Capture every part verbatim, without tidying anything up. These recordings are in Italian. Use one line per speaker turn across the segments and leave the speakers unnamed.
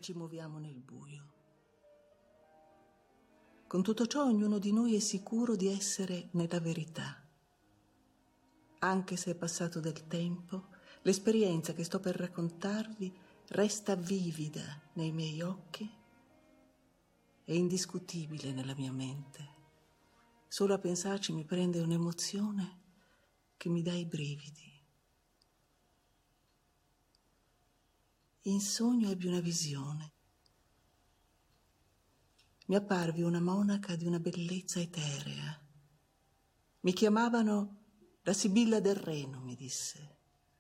ci muoviamo nel buio. Con tutto ciò ognuno di noi è sicuro di essere nella verità. Anche se è passato del tempo, l'esperienza che sto per raccontarvi resta vivida nei miei occhi e indiscutibile nella mia mente. Solo a pensarci mi prende un'emozione che mi dà i brividi. In sogno ebbi una visione. Mi apparvi una monaca di una bellezza eterea. Mi chiamavano la Sibilla del Reno, mi disse.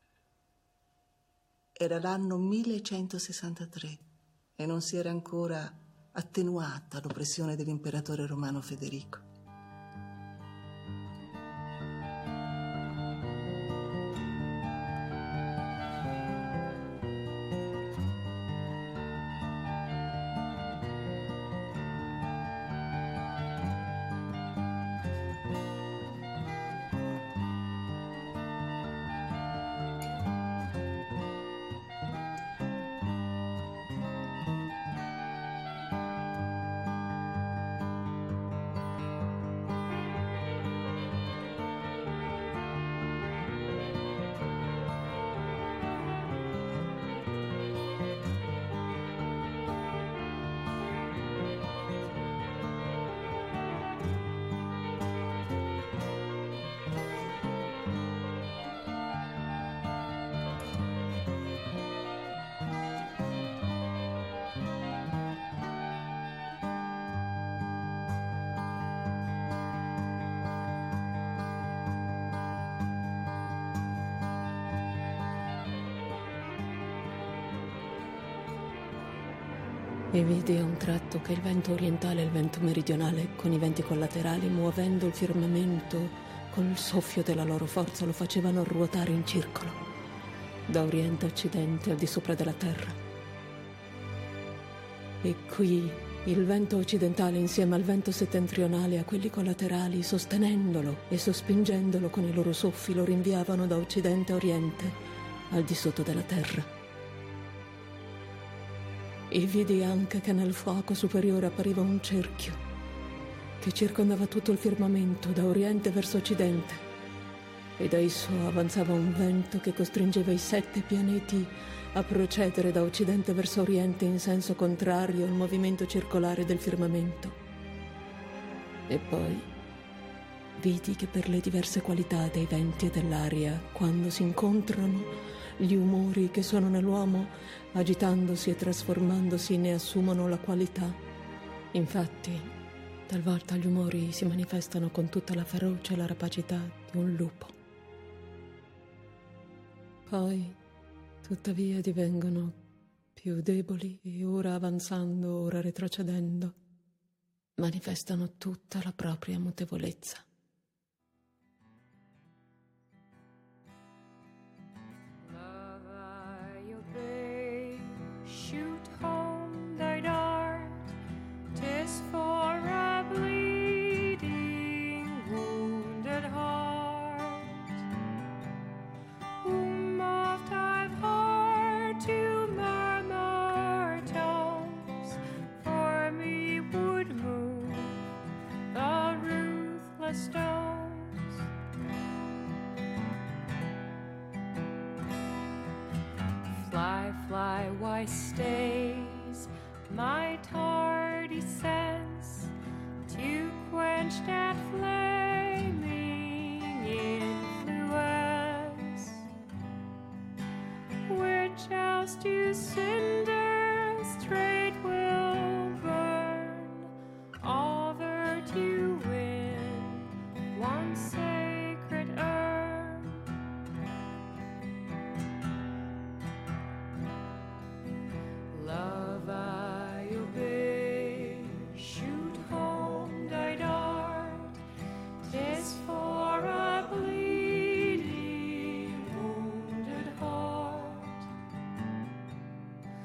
Era l'anno millecentosessantatré e non si era ancora attenuata l'oppressione dell'imperatore romano Federico.
E vidi a un tratto che il vento orientale e il vento meridionale, con i venti collaterali, muovendo il firmamento col soffio della loro forza, lo facevano ruotare in circolo, da oriente a occidente, al di sopra della terra. E qui il vento occidentale insieme al vento settentrionale e a quelli collaterali, sostenendolo e sospingendolo con i loro soffi, lo rinviavano da occidente a oriente, al di sotto della terra. E vidi anche che nel fuoco superiore appariva un cerchio che circondava tutto il firmamento da oriente verso occidente, e da esso avanzava un vento che costringeva i sette pianeti a procedere da occidente verso oriente in senso contrario al movimento circolare del firmamento. E poi vidi che per le diverse qualità dei venti e dell'aria, quando si incontrano, gli umori che sono nell'uomo, agitandosi e trasformandosi, ne assumono la qualità. Infatti, talvolta gli umori si manifestano con tutta la ferocia e la rapacità di un lupo. Poi, tuttavia, divengono più deboli e ora avanzando, ora retrocedendo, manifestano tutta la propria mutevolezza.
Stones. Fly, fly, why stays my tardy sense to quench that flaming influence, which else to cinders straight will burn, over to win one sacred urn. Love, I obey, shoot home thy dart, 'tis for a bleeding, wounded heart.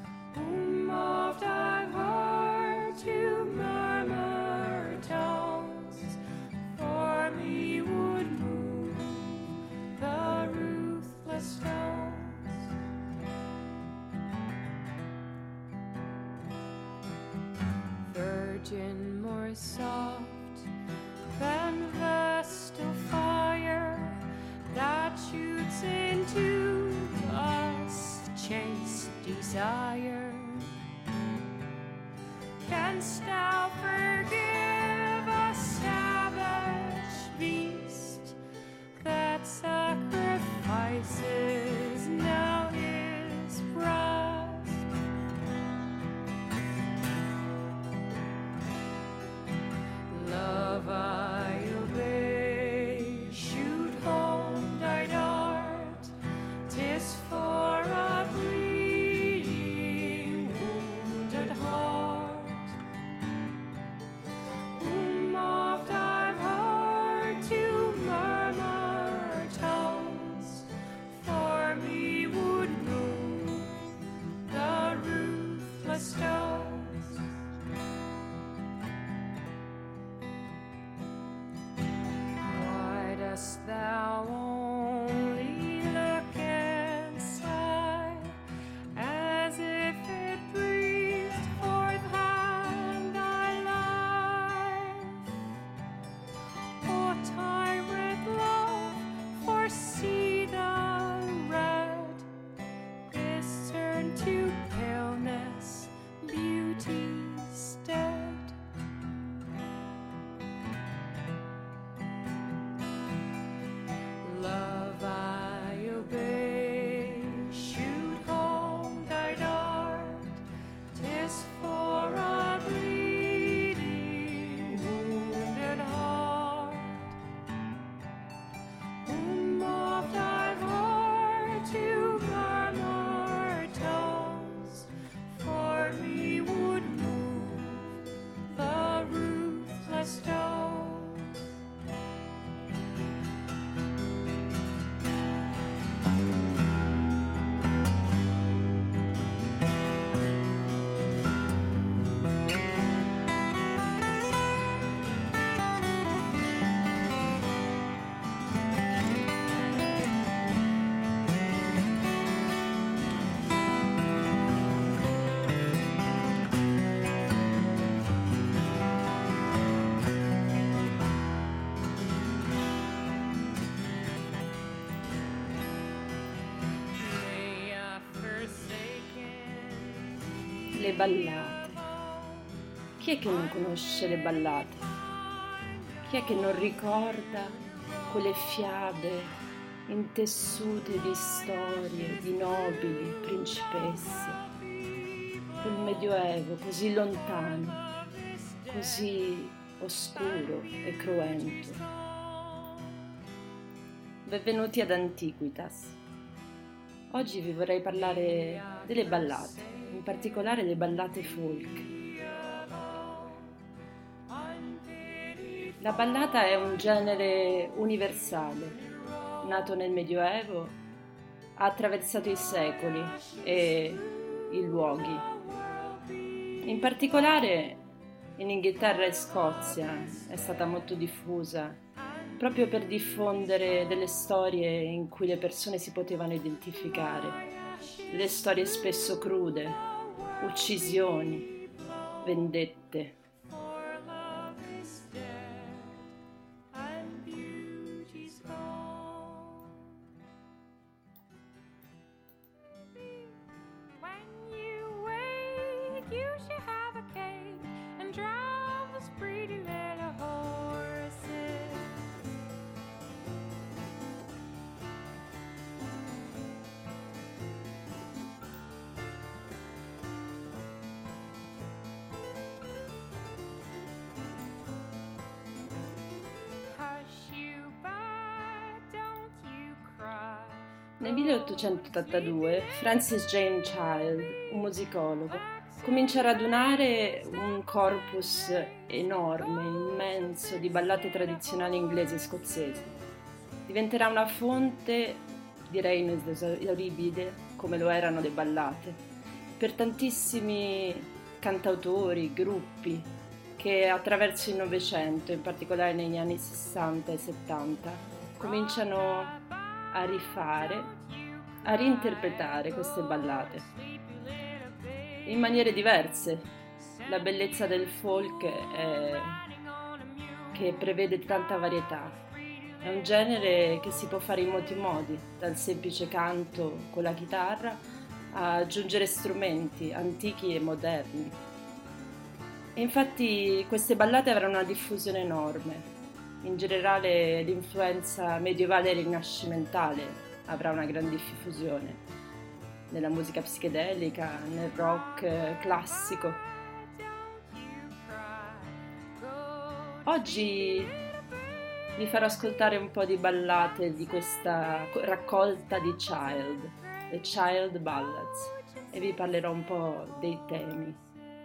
soft than vestal fire that shoots into us, chaste desire. Canst thou forgive a savage beast that sacrifices now his breast? Love I obey, shoot home thy dart, 'tis for a bleeding, wounded heart, whom oft I've heard to murmur tones, for me would move the ruthless stones. Why dost thou only look and sigh, as if it breathed forth hand thy life? O tyrant love, foresee the red is turned to paleness, beauty's dead. Love I obey, shoot home thy dart, 'tis for a bleeding, wounded heart, whom oft I've heard to murmur tones, for me would move the ruthless stones. May a forsaken
Le ballate. Chi è che non conosce le ballate? Chi è che non ricorda quelle fiabe intessute di storie, di nobili, principesse? Quel medioevo così lontano, così oscuro e cruento. Benvenuti ad Antiquitas. Oggi vi vorrei parlare delle ballate, in particolare le ballate folk. La ballata è un genere universale, nato nel Medioevo, ha attraversato i secoli e i luoghi. In particolare in Inghilterra e Scozia è stata molto diffusa, proprio per diffondere delle storie in cui le persone si potevano identificare, delle storie spesso crude, uccisioni, vendette.
for love is dead and beauty's gone. When you wake, you should have a cake and drive those pretty little horses. Hush you, but don't you cry.
Nel milleottocentottantadue Francis James Child, un musicologo, comincia a radunare un corpus enorme, immenso di ballate tradizionali inglesi e scozzesi. Diventerà una fonte, direi inesauribile, come lo erano le ballate, per tantissimi cantautori, gruppi che attraverso il Novecento, in particolare negli anni sessanta e settanta, cominciano a rifare, a reinterpretare queste ballate in maniere diverse. La bellezza del folk è che prevede tanta varietà. È un genere che si può fare in molti modi, dal semplice canto con la chitarra a aggiungere strumenti antichi e moderni. E infatti queste ballate avranno una diffusione enorme. In generale l'influenza medievale e rinascimentale avrà una gran diffusione nella musica psichedelica, nel rock eh, classico. Oggi vi farò ascoltare un po' di ballate di questa raccolta di Child, le Child Ballads, e vi parlerò un po' dei temi.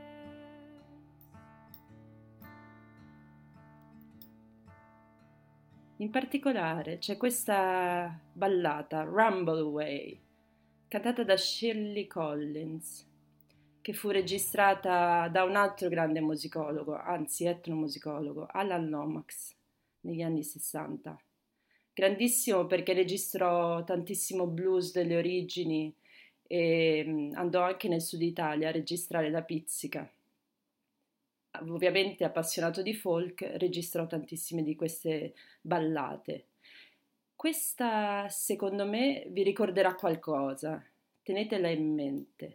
In particolare c'è questa ballata, Rumble Away, cantata da Shirley Collins, che fu registrata da un altro grande musicologo, anzi etnomusicologo, Alan Lomax, negli anni sessanta. Grandissimo perché registrò tantissimo blues delle origini e andò anche nel sud Italia a registrare la pizzica. Ovviamente appassionato di folk, registrò tantissime di queste ballate. Questa, secondo me, vi ricorderà qualcosa, tenetela in mente.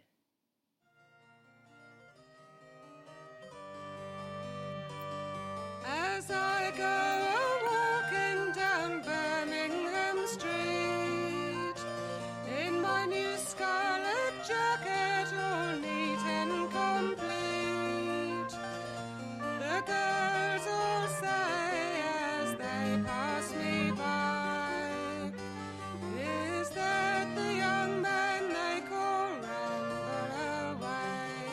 As I go walking down Birmingham Street in my new scarlet jacket, all neat and complete, the girls all say as they pass me by, is that the young man they call Rumble Away?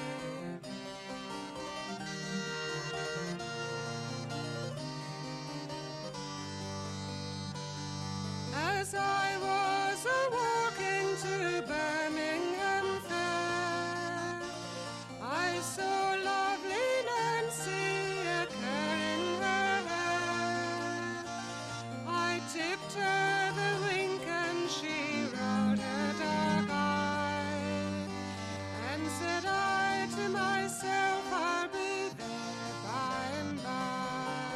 As I was a-walking to Birmingham Fair, I saw lovely Nancy, a curl in her hair. I tipped her the wink and she rolled her dark eye, and said I to myself, I'll be there by and by.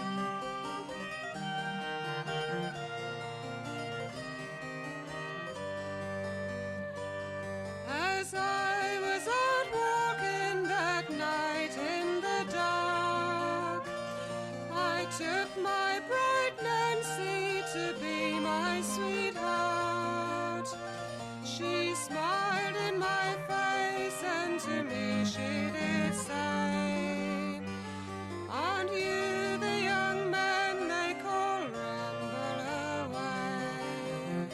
As I was out walking that night in the dark, I took my bright Nancy to be my sweetheart. She smiled in my face and to me she did say, aren't you the young man they call Rumble Away?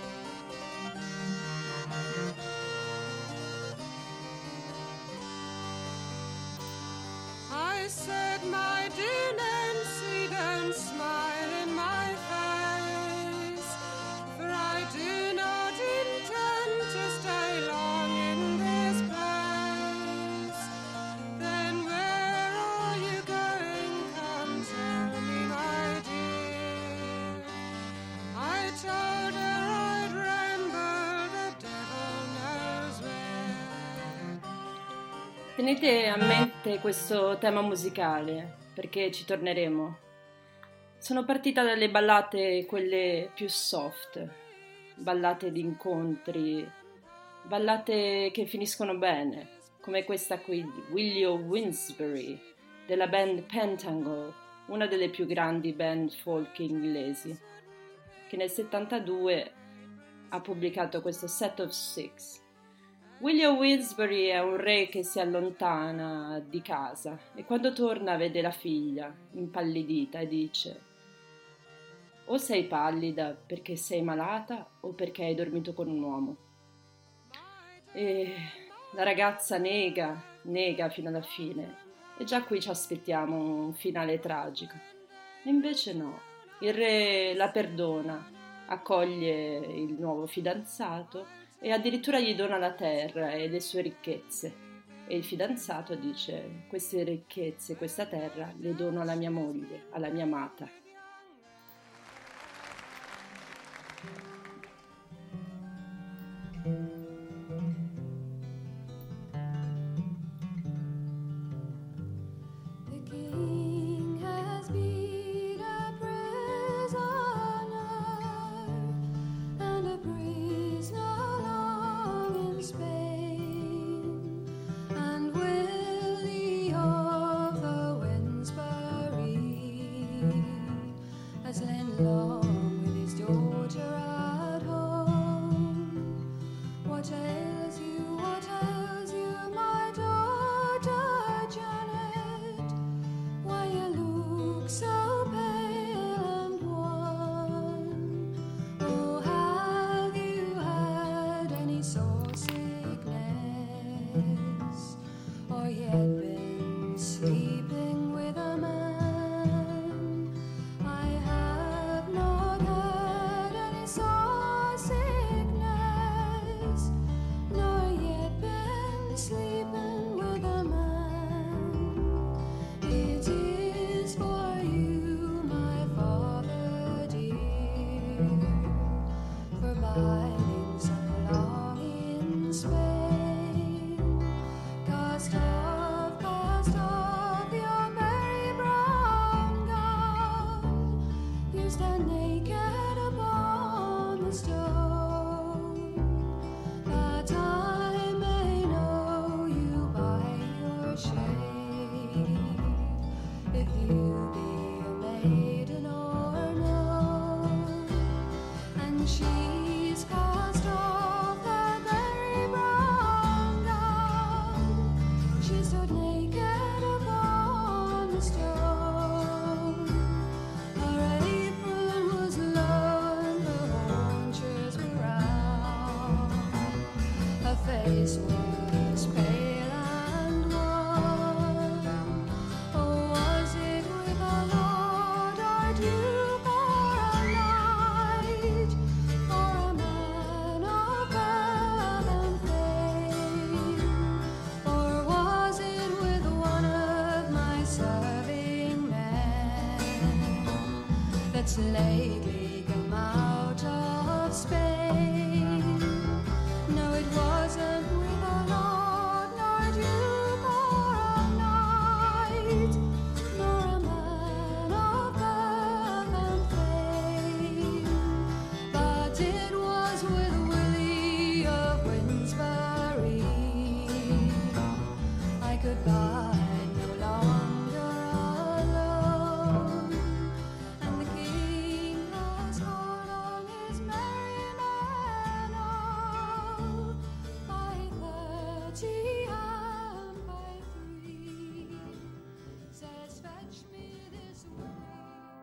I said, my dear Nancy, don't smile in my face, for I do not intend to stay long in this place. Then where are you going? Come tell me, my dear. I told her I'd ramble, the devil knows where.
Tenete a mente questo tema musicale, perché ci torneremo. Sono partita dalle ballate, quelle più soft, ballate di incontri, ballate che finiscono bene, come questa qui di Willie Winsbury, della band Pentangle, una delle più grandi band folk inglesi, che nel settantadue ha pubblicato questo Set of Six. William Winsbury è un re che si allontana di casa e quando torna vede la figlia impallidita e dice: o sei pallida perché sei malata o perché hai dormito con un uomo. E la ragazza nega, nega fino alla fine e già qui ci aspettiamo un finale tragico. E invece no, il re la perdona, accoglie il nuovo fidanzato e addirittura gli dona la terra e le sue ricchezze. E il fidanzato dice: queste ricchezze, questa terra le dono alla mia moglie, alla mia amata.
The king has been
has lain long with his daughter at home. What ails you, what ails you, my daughter Janet? Why you look so pale and wan? Oh, have you had any sore sickness, or yet been sleeping with a man? I have not had any sore sickness, nor yet been sleeping with a man. It is for you, my father dear, for biding so long in Spain. Cast off, cast off your merry brown gown. You stand naked upon the stone, that I may know you by your shade, if you be a maiden or no. And she's cast off that very brown gown. She stood naked upon the stone. Her apron was low and her haunches were round. Her face was pale and wan. Oh, was it with a lord or duke or a knight, or a man of birth and fame? Or was it with one of my serving men that's lately come out of Spain? No, it wasn't with a lord, nor duke or a knight, nor a man of birth and fame, but it was with Willie of Winsbury. I could bide no longer alone, and the king has called on his merry men all, by thirty and by three, says, fetch me this Willie.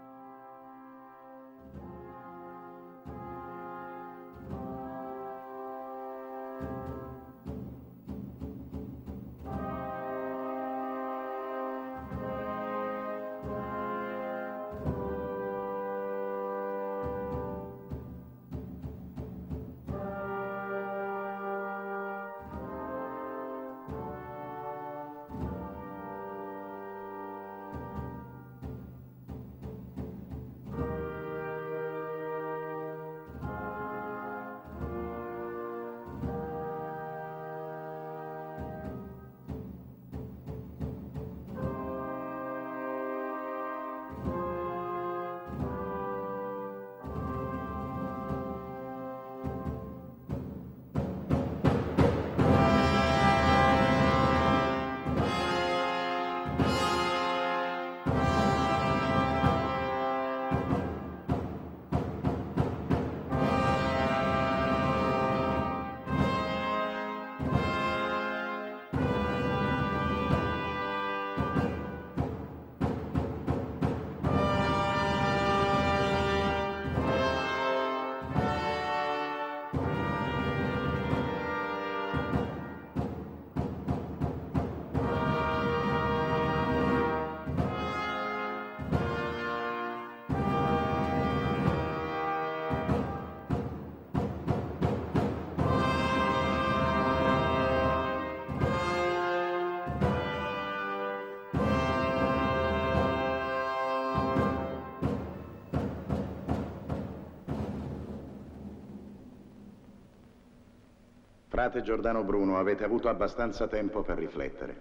Frate Giordano Bruno, avete avuto abbastanza tempo per riflettere.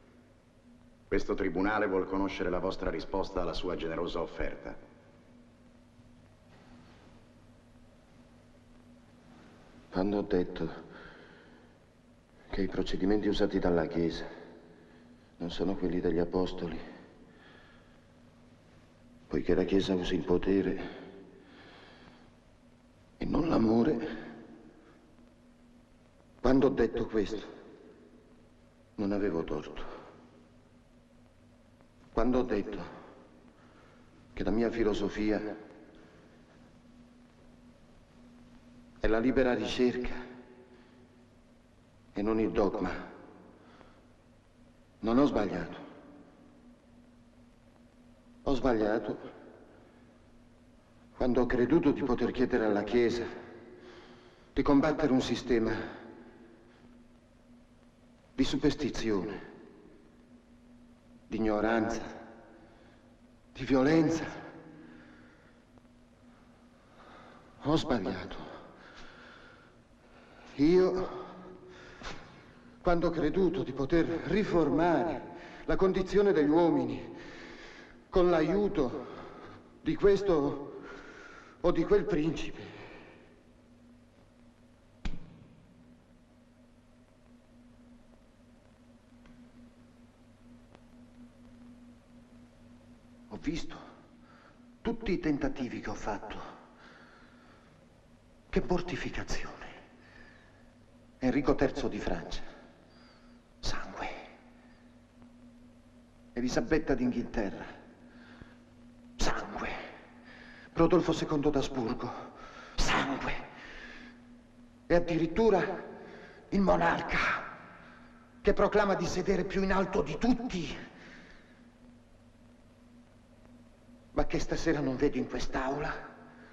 Questo tribunale vuol conoscere la vostra risposta alla sua generosa offerta.
Quando ho detto che i procedimenti usati dalla Chiesa non sono quelli degli Apostoli, poiché la Chiesa usa il potere e non l'amore. Quando ho detto questo, non avevo torto. Quando ho detto che la mia filosofia è la libera ricerca e non il dogma, non ho sbagliato. Ho sbagliato quando ho creduto di poter chiedere alla Chiesa di combattere un sistema di superstizione, di ignoranza, di violenza. Ho sbagliato. Io, quando ho creduto di poter riformare la condizione degli uomini con l'aiuto di questo o di quel principe, ho visto tutti i tentativi che ho fatto. Che mortificazione. Enrico terzo di Francia. Sangue. Elisabetta d'Inghilterra. Sangue. Rodolfo secondo d'Asburgo. Sangue. E addirittura il monarca che proclama di sedere più in alto di tutti, ma che stasera non vedo in quest'aula.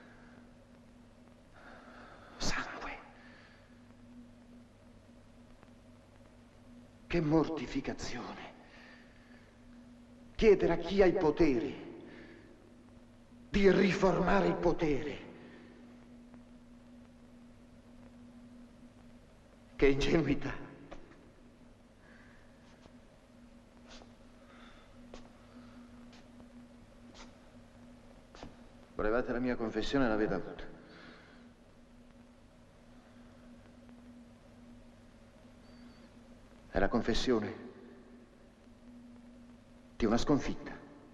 Che mortificazione. Chiedere a chi ha i poteri di riformare il potere. Che ingenuità. Volevate la mia confessione e l'avete avuta. È la confessione di una sconfitta.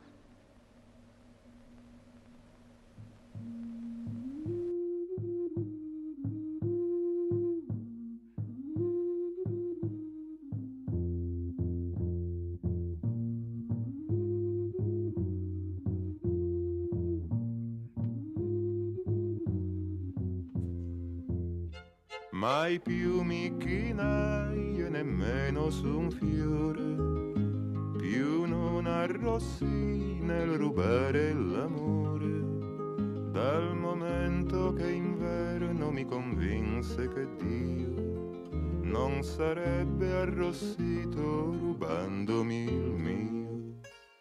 Mai più mi chinai e nemmeno su un fiore, più non arrossi nel rubare l'amore, dal momento che inverno mi convinse che Dio non sarebbe arrossito rubandomi il mio.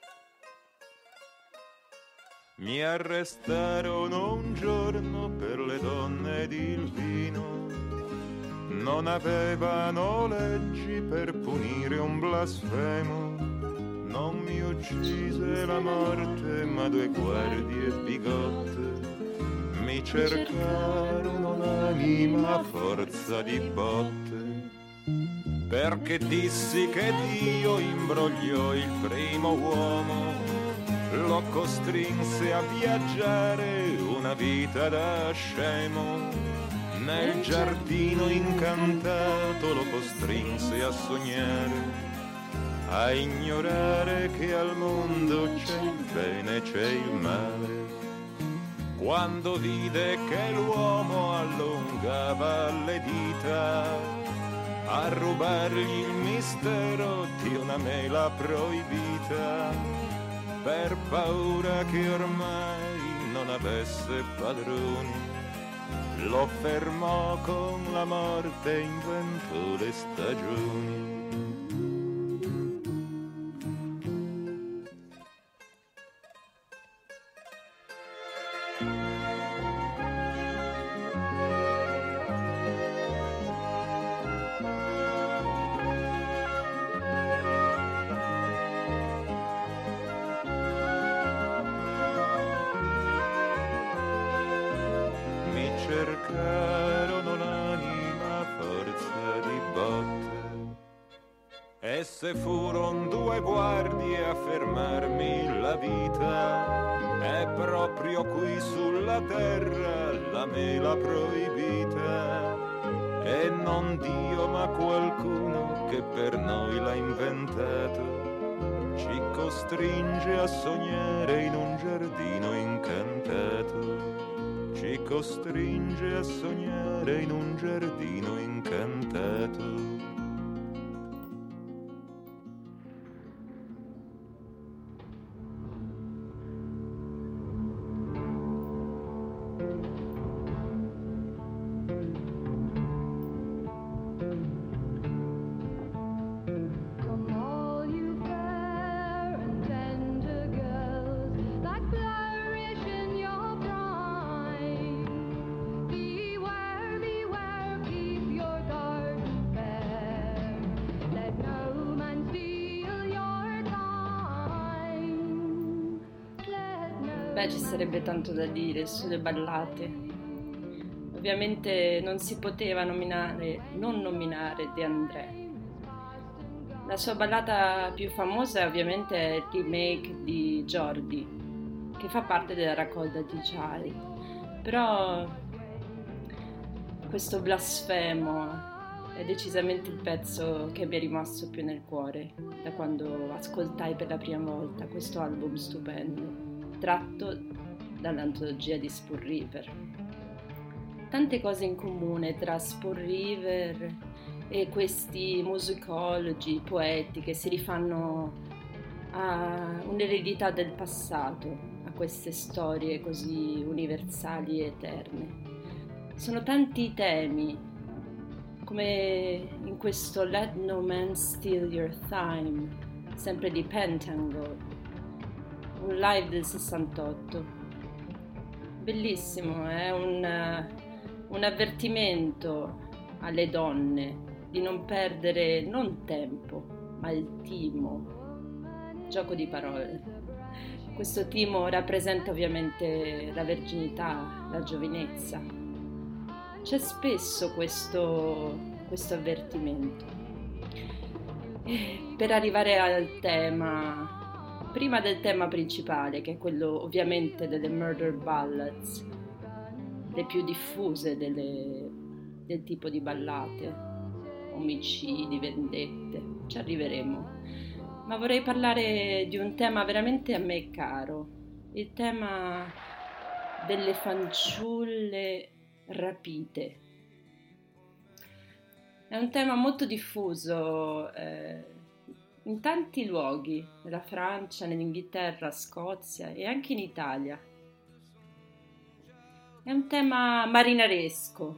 Mi arrestarono un giorno per le donne ed il vino. Non avevano leggi per punire un blasfemo. Non mi uccise la morte, ma due guardie bigotte mi cercarono l'anima a forza di botte. Perché dissi che Dio imbrogliò il primo uomo, lo costrinse a viaggiare una vita da scemo. Nel giardino incantato lo costrinse a sognare, a ignorare che al mondo c'è il bene e c'è il male. Quando vide che l'uomo allungava le dita a rubargli il mistero di una mela proibita, per paura che ormai non avesse padroni, lo fermò con la morte e inventò le stagioni. Cercarono l'anima a forza di botte. Esse furono due guardie a fermarmi la vita è proprio qui sulla terra la mela proibita, e non Dio ma qualcuno che per noi l'ha inventato, ci costringe a sognare in un giardino incantato, ci costringe a sognare in un giardino incantato.
Beh, ci sarebbe tanto da dire sulle ballate. Ovviamente non si poteva nominare, non nominare De André. La sua ballata più famosa ovviamente è il remake di Jordi, che fa parte della raccolta di Child. Però questo blasfemo è decisamente il pezzo che mi è rimasto più nel cuore da quando ascoltai per la prima volta questo album stupendo, tratto dall'antologia di Spoon River. Tante cose in comune tra Spoon River e questi musicologi, poeti che si rifanno a un'eredità del passato, a queste storie così universali e eterne. Sono tanti i temi, come in questo Let No Man Steal Your Time, sempre di Pentangle, un live del sessantotto. Bellissimo, è un, un avvertimento alle donne di non perdere non tempo, ma il timo. Gioco di parole. Questo timo rappresenta ovviamente la verginità, la giovinezza. C'è spesso questo, questo avvertimento. E per arrivare al tema, prima del tema principale, che è quello ovviamente delle murder ballads, le più diffuse delle, del tipo di ballate, omicidi, vendette, ci arriveremo. Ma vorrei parlare di un tema veramente a me caro, il tema delle fanciulle rapite. È un tema molto diffuso eh, in tanti luoghi, nella Francia, nell'Inghilterra, Scozia e anche in Italia. È un tema marinaresco,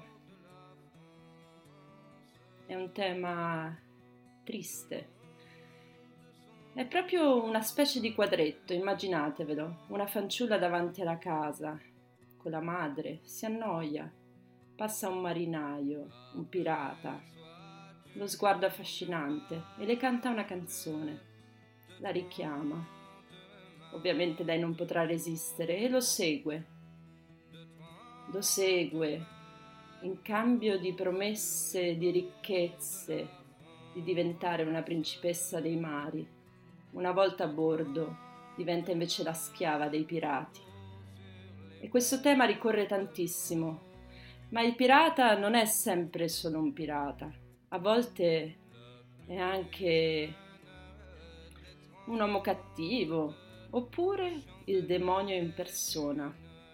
è un tema triste. È proprio una specie di quadretto, immaginatevelo, una fanciulla davanti alla casa, con la madre, si annoia, passa un marinaio, un pirata, lo sguardo affascinante e le canta una canzone, la richiama. Ovviamente lei non potrà resistere e lo segue, lo segue in cambio di promesse di ricchezze, di diventare una principessa dei mari. Una volta a bordo diventa invece la schiava dei pirati. E questo tema ricorre tantissimo, ma il pirata non è sempre solo un pirata, a volte è anche un uomo cattivo, oppure il demonio in persona.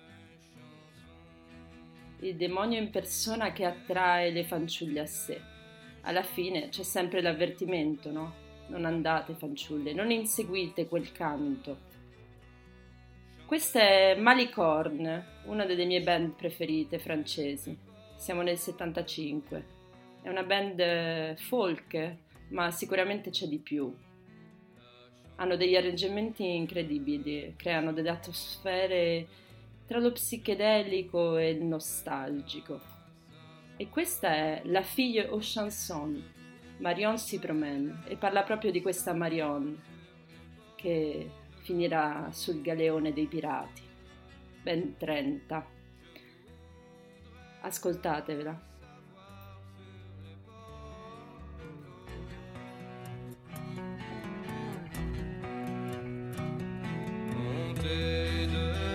Il demonio in persona che attrae le fanciulle a sé. Alla fine c'è sempre l'avvertimento, no? Non andate fanciulle, non inseguite quel canto. Questa è Malicorne, una delle mie band preferite francesi. Siamo nel settantacinque. È una band folk, ma sicuramente c'è di più. Hanno degli arrangiamenti incredibili, creano delle atmosfere tra lo psichedelico e il nostalgico. E questa è La fille aux chansons, Marion s'y promène, e parla proprio di questa Marion che finirà sul galeone dei pirati, ben trenta. Ascoltatevela.
Montez de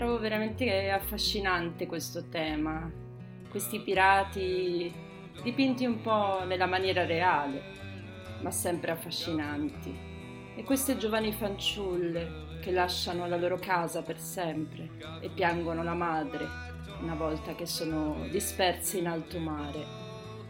trovo veramente affascinante questo tema, questi pirati dipinti un po' nella maniera reale, ma sempre affascinanti, e queste giovani fanciulle che lasciano la loro casa per sempre e piangono la madre una volta che sono disperse in alto mare.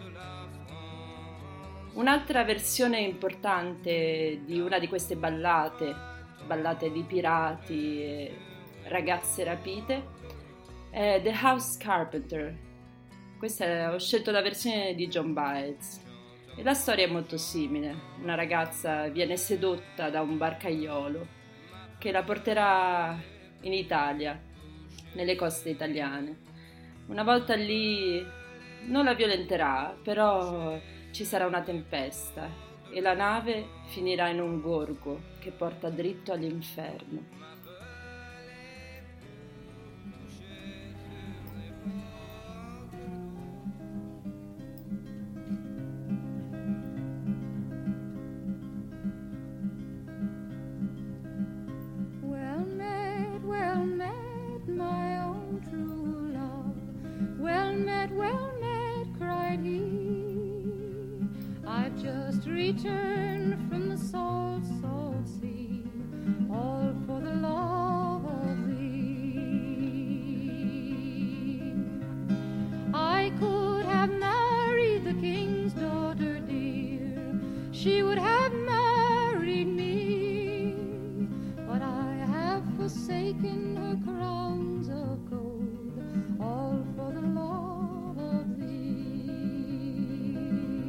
Un'altra versione importante di una di queste ballate, ballate di pirati e ragazze rapite, è The House Carpenter. Questa è, ho scelto la versione di John Baez e la storia è molto simile. Una ragazza viene sedotta da un barcaiolo che la porterà in Italia, nelle coste italiane. Una volta lì non la violenterà, però ci sarà una tempesta e la nave finirà in un gorgo che porta dritto all'inferno.
Well met, well met, my own true love. Well met, well met, cried he. I've just returned from the salt, salt sea, all for the love of thee. I could have married the king's daughter dear, she would have married me, but I have forsaken her crowns of gold, all for the love of thee.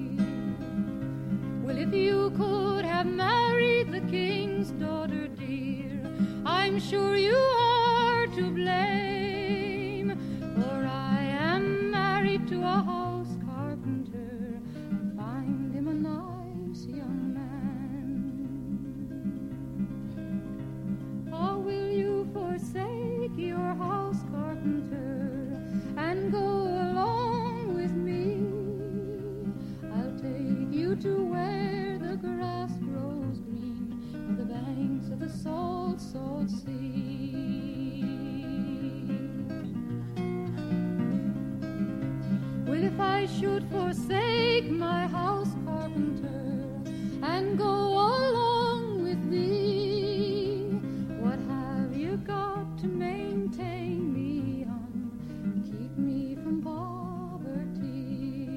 Well, if you could have married the king's daughter dear, I'm sure you are to blame, for I am married to a house carpenter, and find him a nice young man. Or will you forsake your house carpenter and go along with me? I'll take you to where the grass grows green, on the banks of the salt, salt sea. Well, if I should forsake my house carpenter and go along with thee, what have you got to maintain me on, keep me from poverty?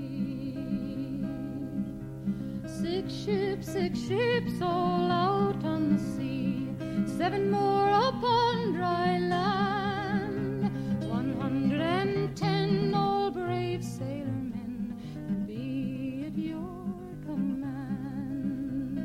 Six ships, six ships all out on the sea, seven more upon dry land, one hundred and ten all brave sailormen, and be at your command.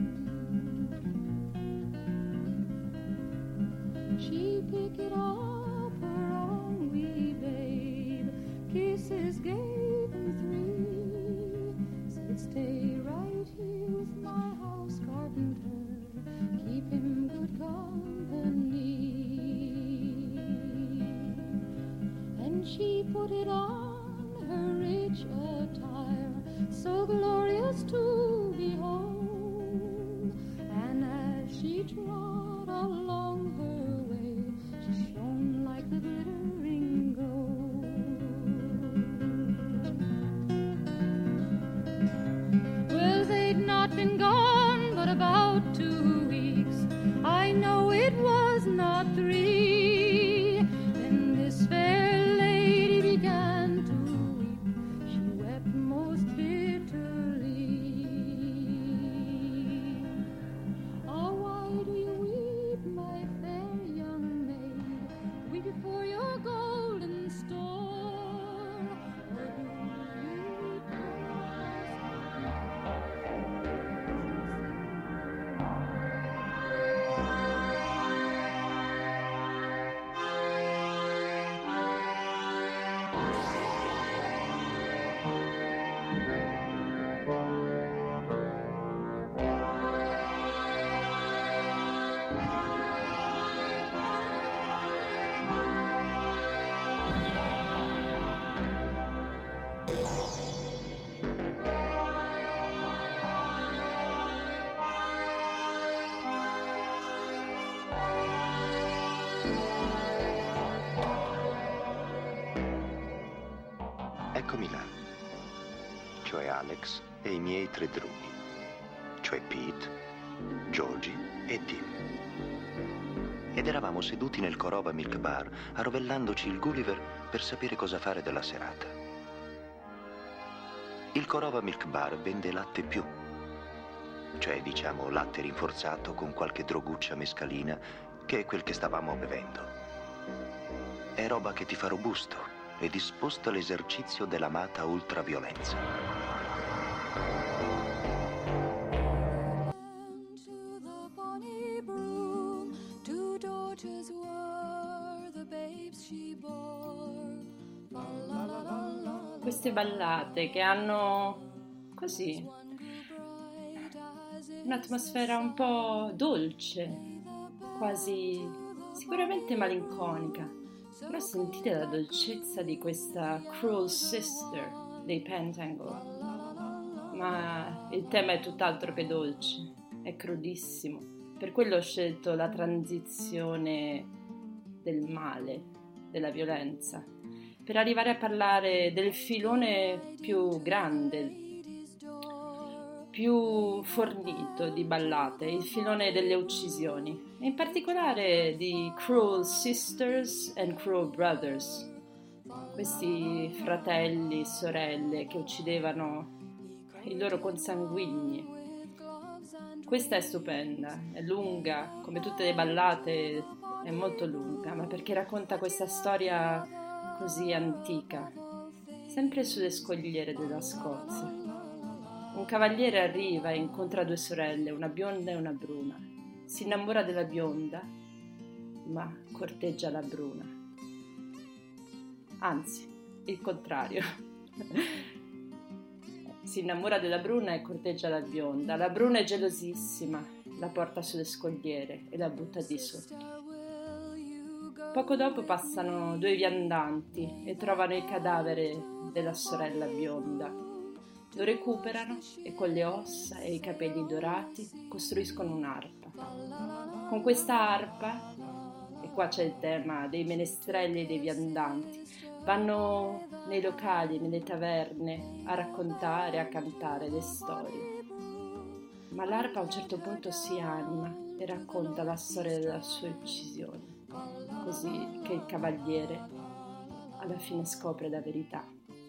She picked it up, her own wee babe, kisses gave him three, said stay right here with my house carpenter, keep him good company. And she put it on her rich attire, so glorious to behold, and as she trod along her way, she shone like the glittering gold. Well, they'd not been gone but about two weeks, I know it was not three, then this fair lady began to weep, she wept most bitterly. Ah, why do you
Eccomi là, cioè Alex e i miei tre drughi, cioè Pete, Georgie e Tim. Ed eravamo seduti nel Korova Milk Bar, arrovellandoci il Gulliver per sapere cosa fare della serata. Il Korova Milk Bar vende latte più, cioè diciamo latte rinforzato con qualche droguccia mescalina, che è quel che stavamo bevendo. È roba che ti fa robusto e disposto all'esercizio dell'amata ultraviolenza.
Queste ballate che hanno così un'atmosfera un po' dolce, quasi sicuramente malinconica, però sentite la dolcezza di questa Cruel Sister dei Pentangle. Ma il tema è tutt'altro che dolce, è crudissimo. Per quello ho scelto la transizione del male, della violenza, per arrivare a parlare del filone più grande, più fornito di ballate, il filone delle uccisioni, e in particolare di Cruel Sisters and Cruel Brothers, questi fratelli e sorelle che uccidevano i loro consanguigni. Questa è stupenda, è lunga, come tutte le ballate è molto lunga, ma perché racconta questa storia così antica, sempre sulle scogliere della Scozia. Un cavaliere arriva e incontra due sorelle, una bionda e una bruna. Si innamora della bionda, ma corteggia la bruna. Anzi, il contrario. Si innamora della bruna e corteggia la bionda. La bruna è gelosissima, la porta sulle scogliere e la butta di sotto. Poco dopo passano due viandanti e trovano il cadavere della sorella bionda. Lo recuperano e con le ossa e i capelli dorati costruiscono un'arpa. Con questa arpa, e qua c'è il tema dei menestrelli e dei viandanti, vanno nei locali, nelle taverne a raccontare, a cantare le storie. Ma l'arpa a un certo punto si anima e racconta la storia della sua uccisione, così che il cavaliere alla fine scopre la verità.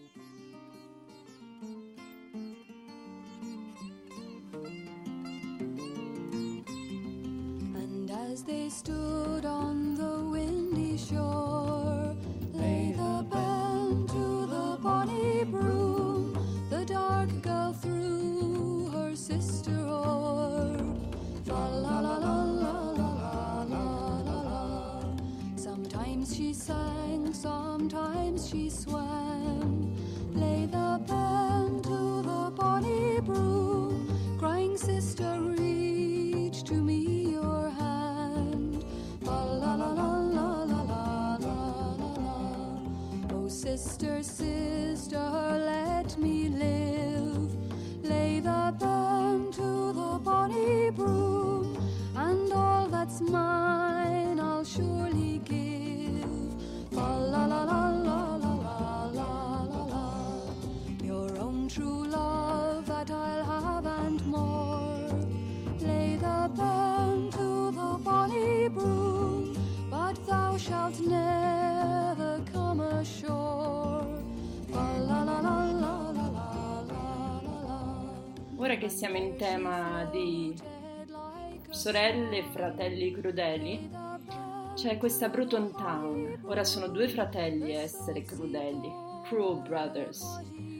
And as they stood on the windy shore, lay the band to the bonny broom, the dark girl threw her sister o'er. Fa la la la la la la la la. Sometimes she sang, sometimes she swam. Lay the band to the bonny broom, crying, sister, reach to me your hand. Fa la la la la la la la la la. Oh, sister, sister, let me live. Lay the band to the bonny broom, and all that's mine I'll surely give. Fa la la la la la la la la la. Your own true love that I'll have and more. Lay the band to the bonny broom, but thou shalt never come ashore. Fa la la la la la la la la.
Ora che siamo in tema di sorelle e fratelli crudeli, c'è questa Bruton Town. Ora sono due fratelli a essere crudeli, Cruel Brothers.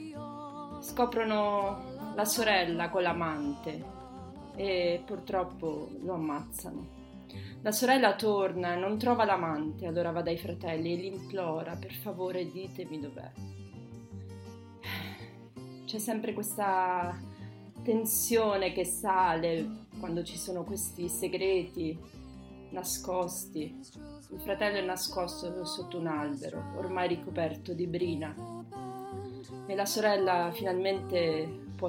Scoprono la sorella con l'amante e purtroppo lo ammazzano. La sorella torna e non trova l'amante, allora va dai fratelli e li implora: per favore ditemi dov'è. C'è sempre questa tensione che sale quando ci sono questi segreti nascosti. Il fratello è nascosto sotto un albero, ormai ricoperto di brina, e la sorella finalmente può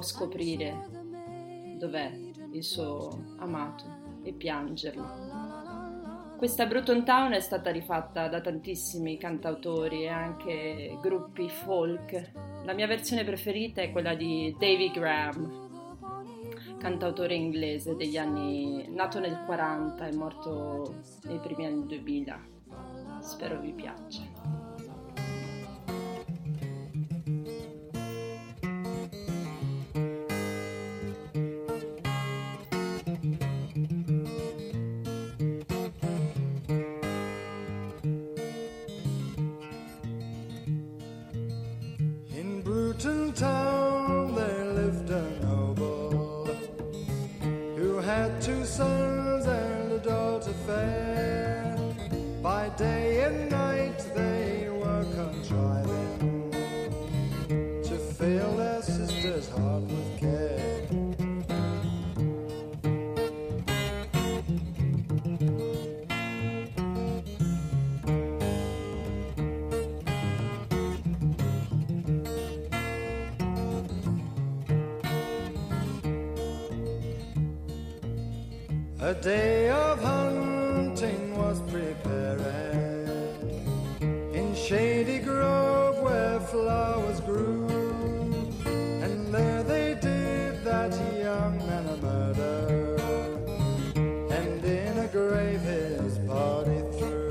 scoprire dov'è il suo amato e piangerlo. Questa Bruton Town è stata rifatta da tantissimi cantautori e anche gruppi folk. La mia versione preferita è quella di Davy Graham, cantautore inglese degli anni, nato nel quaranta e morto nei primi anni duemila. Spero vi piaccia.
Bruton town there lived a noble who had two sons and a daughter fair. By day and night they were contriving to fill their sister's heart with care. A day of hunting was prepared in shady grove where flowers grew, and there they did that young man a murder, and in a grave his body threw.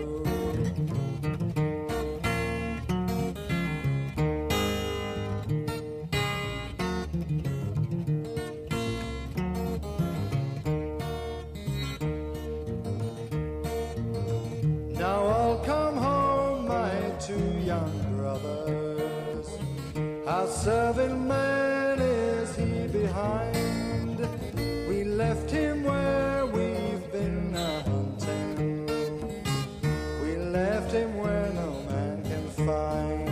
Now I'll come home, my two young brothers. Our serving man is he behind? We left him where we've been a hunting. We left him where no man can find.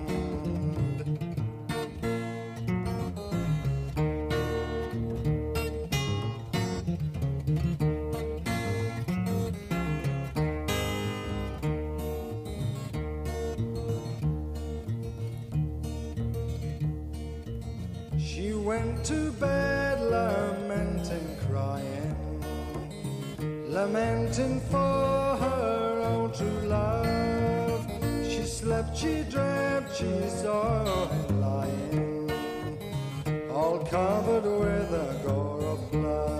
She went to bed lamenting, crying, lamenting for her own true love. She slept, she dreamt, she saw him lying, all covered with a gore of blood.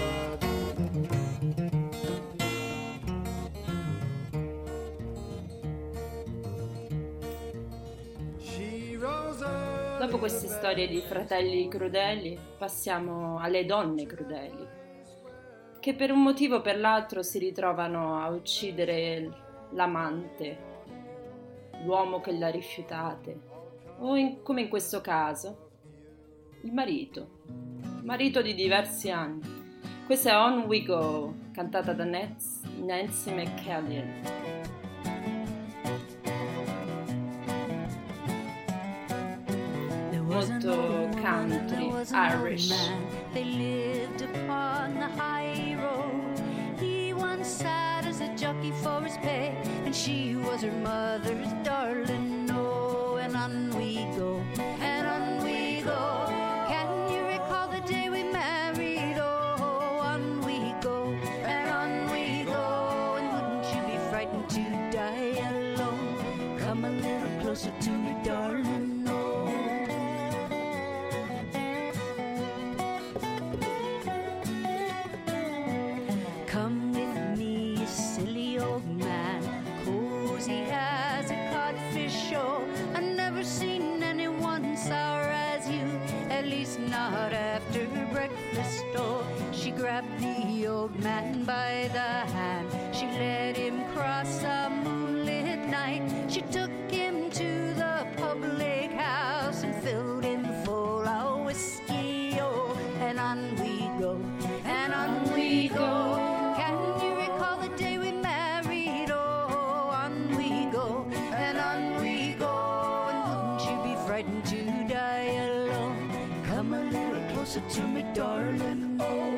She rose up.
Dopo queste storie di fratelli crudeli, passiamo alle donne crudeli, che per un motivo o per l'altro si ritrovano a uccidere l'amante, l'uomo che l'ha rifiutate, o in, come in questo caso, il marito, marito di diversi anni. Questa è On We Go, cantata da Nancy McCallion. Molto country, Irish.
They lived upon the high road. He once sat as a jockey for his pay, and she was her mother's darling. Oh, and on we go, and on we go. Can you recall the day we married? Oh, on we go, and on we go. And wouldn't you be frightened to die alone? Come a little closer to me, darling. Come with me, you silly old man, cozy as a codfish show. I've never seen anyone sour as you, at least not after breakfast. Oh, she grabbed the old man by the hand, she led him cross a moonlit night. She took him to the public house and filled him full of whiskey. Oh, and on we go, and on we go. To die alone, come a little closer to me, darling. Oh.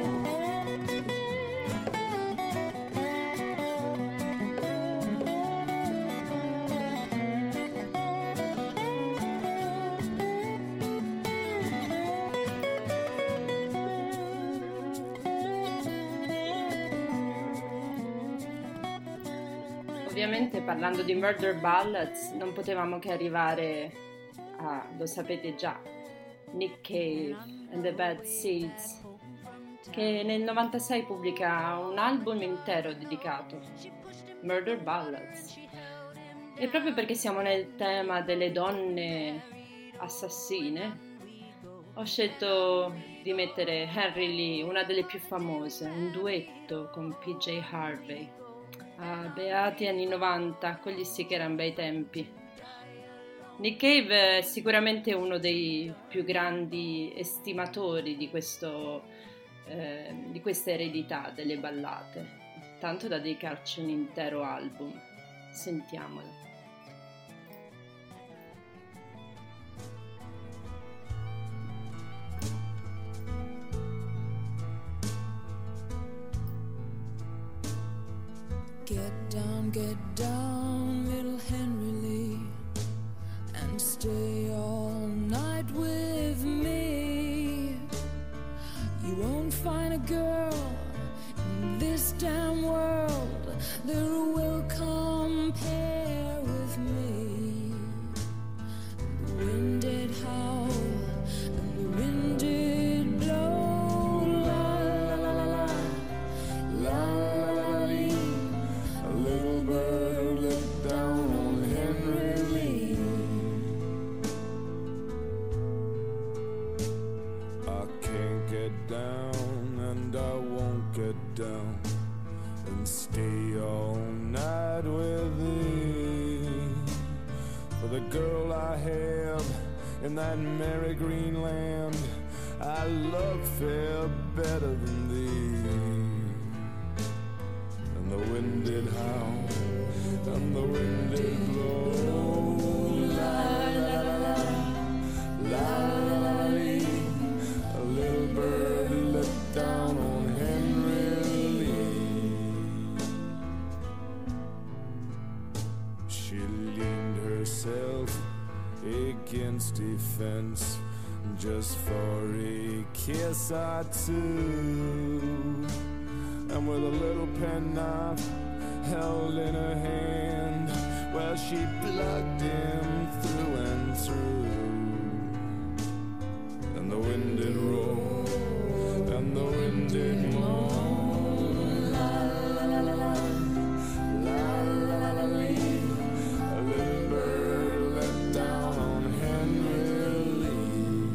Ovviamente parlando di Murder Ballads non potevamo che arrivare a, lo sapete già, Nick Cave and the Bad Seeds, che nel novantasei pubblica un album intero dedicato, Murder Ballads. E proprio perché siamo nel tema delle donne assassine, ho scelto di mettere Henry Lee, una delle più famose, un duetto con P J Harvey. Ah, beati anni novanta, quelli sì che erano bei tempi. Nick Cave è sicuramente uno dei più grandi estimatori di, questo, eh, di questa eredità delle ballate, tanto da dedicarci un intero album. Sentiamole.
Get down, get down, little Henry Lee, and stay all night with me. You won't find a girl in this damn world that will compare with me. The wind did howl and the wind did blow, la la la la la, la la la lee. A little bird looked down on Henry Lee.
I can't get down and I won't get down and stay all night with thee. For the girl I have in that merry green land, I love fair better than thee. And the wind did howl and the wind did blow, la la la la, la la la lee. A little bird looked down on Henry Lee. She leaned herself against a fence just for a kiss or two, and with a little penknife held in her hand, well, she plugged him through and through. And the wind did roll, and the wind did moan, la la la la la, la la la lee. A little bird let down on Henry Lee.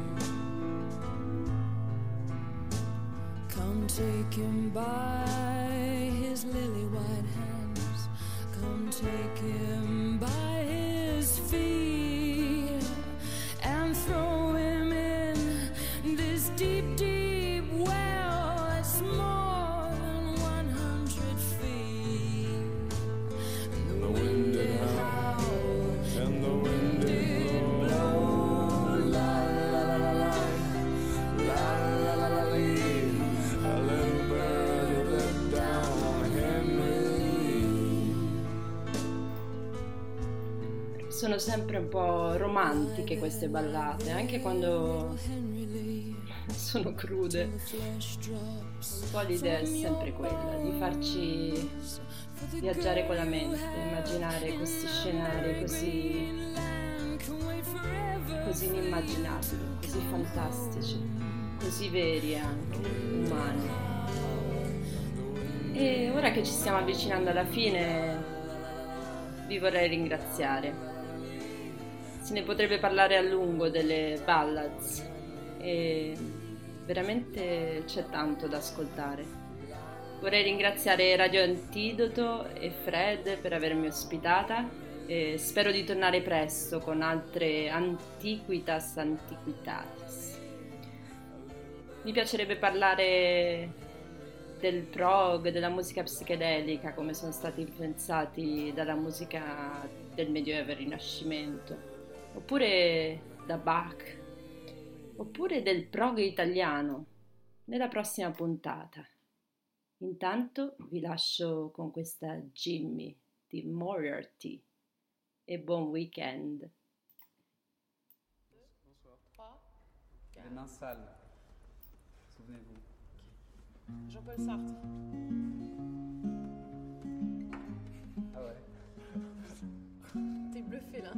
Come take him by his lily white hands, come take him by his feet, and throw him in this deep, deep well that's more than one hundred feet. And the wind did howl, and the wind did blow, la la la la la, la la la lee. A little bird let down on Henry Lee.
Sono sempre un po' romantiche queste ballate, anche quando sono crude. Un po' l'idea è sempre quella, di farci viaggiare con la mente, immaginare questi scenari così, così inimmaginabili, così fantastici, così veri anche, umani. E ora che ci stiamo avvicinando alla fine, vi vorrei ringraziare. Se ne potrebbe parlare a lungo delle ballads e veramente c'è tanto da ascoltare. Vorrei ringraziare Radio Antidoto e Fred per avermi ospitata e spero di tornare presto con altre antiquitas antiquitatis. Mi piacerebbe parlare del prog, della musica psichedelica, come sono stati influenzati dalla musica del Medioevo e Rinascimento, oppure da Bach, oppure del prog italiano, nella prossima puntata. Intanto vi lascio con questa Jimmy di Moriarty e buon weekend.
Les mains sales, souvenez-vous.
Jean-Paul Sartre.
Ah ouais.
vita.